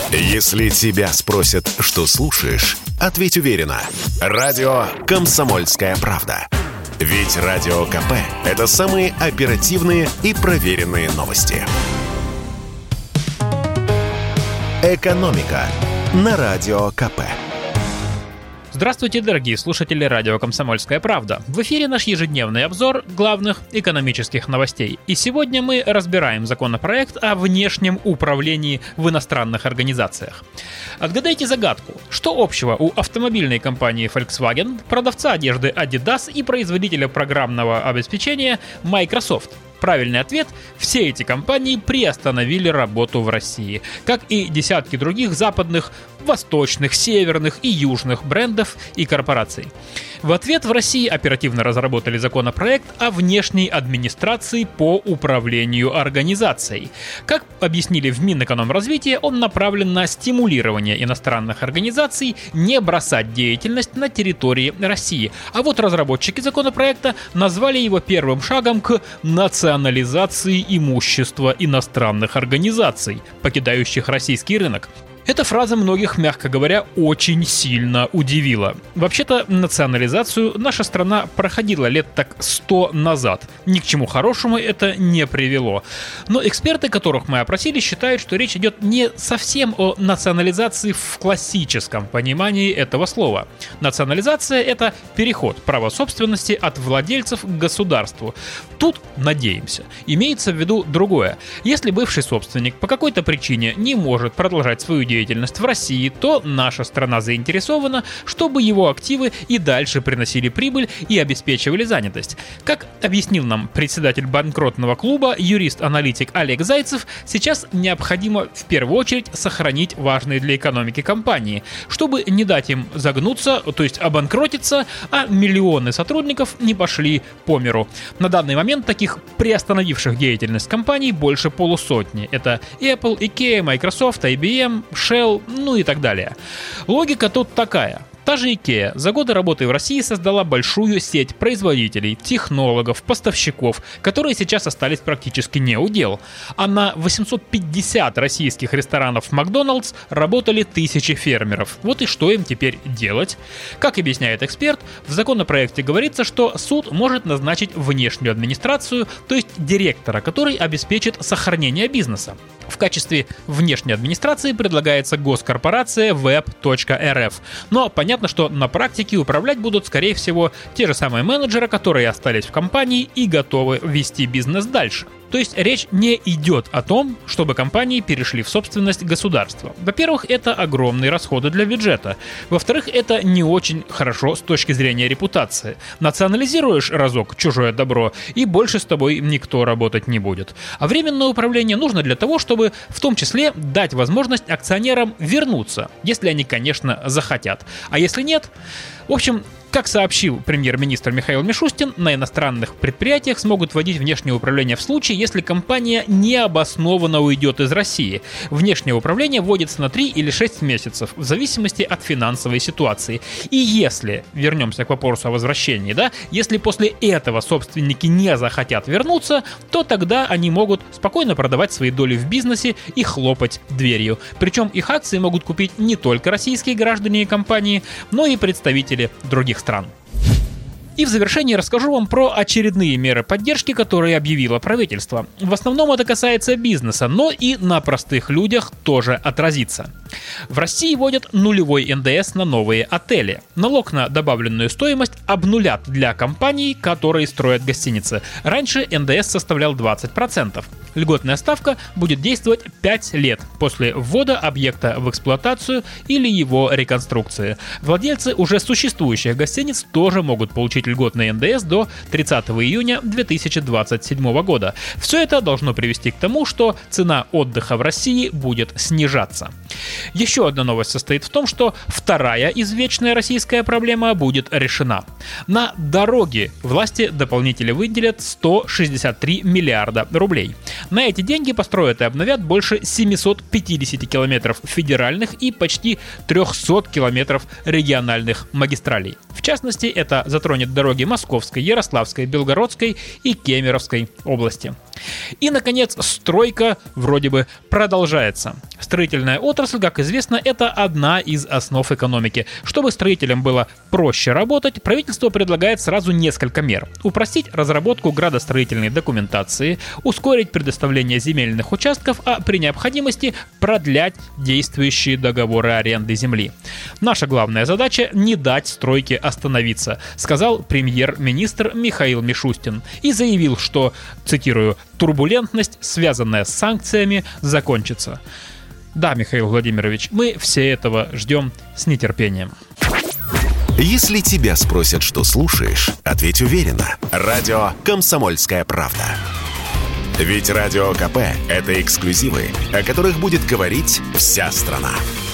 Если тебя спросят, что слушаешь, ответь уверенно. Радио «Комсомольская правда». Ведь Радио КП – это самые оперативные и проверенные новости. «Экономика» на Радио КП. Здравствуйте, дорогие слушатели радио «Комсомольская правда». В эфире наш ежедневный обзор главных экономических новостей. И сегодня мы разбираем законопроект о внешнем управлении в иностранных организациях. Отгадайте загадку. Что общего у автомобильной компании Volkswagen, продавца одежды Adidas и производителя программного обеспечения Microsoft? Правильный ответ – все эти компании приостановили работу в России, как и десятки других западных, восточных, северных и южных брендов и корпораций. В ответ в России оперативно разработали законопроект о внешней администрации по управлению организацией. Как объяснили в Минэкономразвития, он направлен на стимулирование иностранных организаций не бросать деятельность на территории России. А вот разработчики законопроекта назвали его первым шагом к национализации имущества иностранных организаций, покидающих российский рынок. Эта фраза многих, мягко говоря, очень сильно удивила. Вообще-то национализацию наша страна проходила лет так 100 назад. Ни к чему хорошему это не привело. Но эксперты, которых мы опросили, считают, что речь идет не совсем о национализации в классическом понимании этого слова. Национализация – это переход права собственности от владельцев к государству. Тут, надеемся, имеется в виду другое. Если бывший собственник по какой-то причине не может продолжать свою деятельность в России, то наша страна заинтересована, чтобы его активы и дальше приносили прибыль и обеспечивали занятость. Как объяснил нам председатель банкротного клуба, юрист-аналитик Олег Зайцев, сейчас необходимо в первую очередь сохранить важные для экономики компании, чтобы не дать им загнуться, то есть обанкротиться, а миллионы сотрудников не пошли по миру. На данный момент таких приостановивших деятельность компаний больше полусотни. Это Apple, IKEA, Microsoft, IBM, Shell, ну и так далее. Логика тут такая. Та же IKEA за годы работы в России создала большую сеть производителей, технологов, поставщиков, которые сейчас остались практически не у дел. А на 850 российских ресторанов Макдоналдс работали тысячи фермеров. Вот и что им теперь делать? Как объясняет эксперт, в законопроекте говорится, что суд может назначить внешнюю администрацию, то есть директора, который обеспечит сохранение бизнеса. В качестве внешней администрации предлагается госкорпорация web.rf. Но понятно, что на практике управлять будут, скорее всего, те же самые менеджеры, которые остались в компании и готовы вести бизнес дальше. То есть речь не идет о том, чтобы компании перешли в собственность государства. Во-первых, это огромные расходы для бюджета. Во-вторых, это не очень хорошо с точки зрения репутации. Национализируешь разок чужое добро, и больше с тобой никто работать не будет. А временное управление нужно для того, чтобы в том числе дать возможность акционерам вернуться, если они, конечно, захотят. А если нет... В общем, как сообщил премьер-министр Михаил Мишустин, на иностранных предприятиях смогут вводить внешнее управление в случае, если компания необоснованно уйдет из России. Внешнее управление вводится на 3 или 6 месяцев, в зависимости от финансовой ситуации. И если, вернемся к вопросу о возвращении, если после этого собственники не захотят вернуться, то тогда они могут спокойно продавать свои доли в бизнесе и хлопать дверью. Причем их акции могут купить не только российские граждане и компании, но и представители других стран. И в завершении расскажу вам про очередные меры поддержки, которые объявило правительство. В основном это касается бизнеса, но и на простых людях тоже отразится. В России вводят нулевой НДС на новые отели. Налог на добавленную стоимость обнулят для компаний, которые строят гостиницы. Раньше НДС составлял 20%. Льготная ставка будет действовать 5 лет после ввода объекта в эксплуатацию или его реконструкции. Владельцы уже существующих гостиниц тоже могут получить льготный НДС до 30 июня 2027 года. Все это должно привести к тому, что цена отдыха в России будет снижаться. Еще одна новость состоит в том, что вторая извечная российская проблема будет решена. На дороги власти дополнительно выделят 163 миллиарда рублей. На эти деньги построят и обновят больше 750 километров федеральных и почти 300 километров региональных магистралей. В частности, это затронет дороги Московской, Ярославской, Белгородской и Кемеровской области. И, наконец, стройка вроде бы продолжается. Строительная отрасль, как известно, это одна из основ экономики. Чтобы строителям было проще работать, правительство предлагает сразу несколько мер. Упростить разработку градостроительной документации, ускорить предоставление земельных участков, а при необходимости продлять действующие договоры аренды земли. Наша главная задача – не дать стройке остановиться, сказал премьер-министр Михаил Мишустин и заявил, что, цитирую, «турбулентность, связанная с санкциями, закончится». Да, Михаил Владимирович, мы все этого ждем с нетерпением. Если тебя спросят, что слушаешь, ответь уверенно. Радио «Комсомольская правда». Ведь Радио КП – это эксклюзивы, о которых будет говорить вся страна.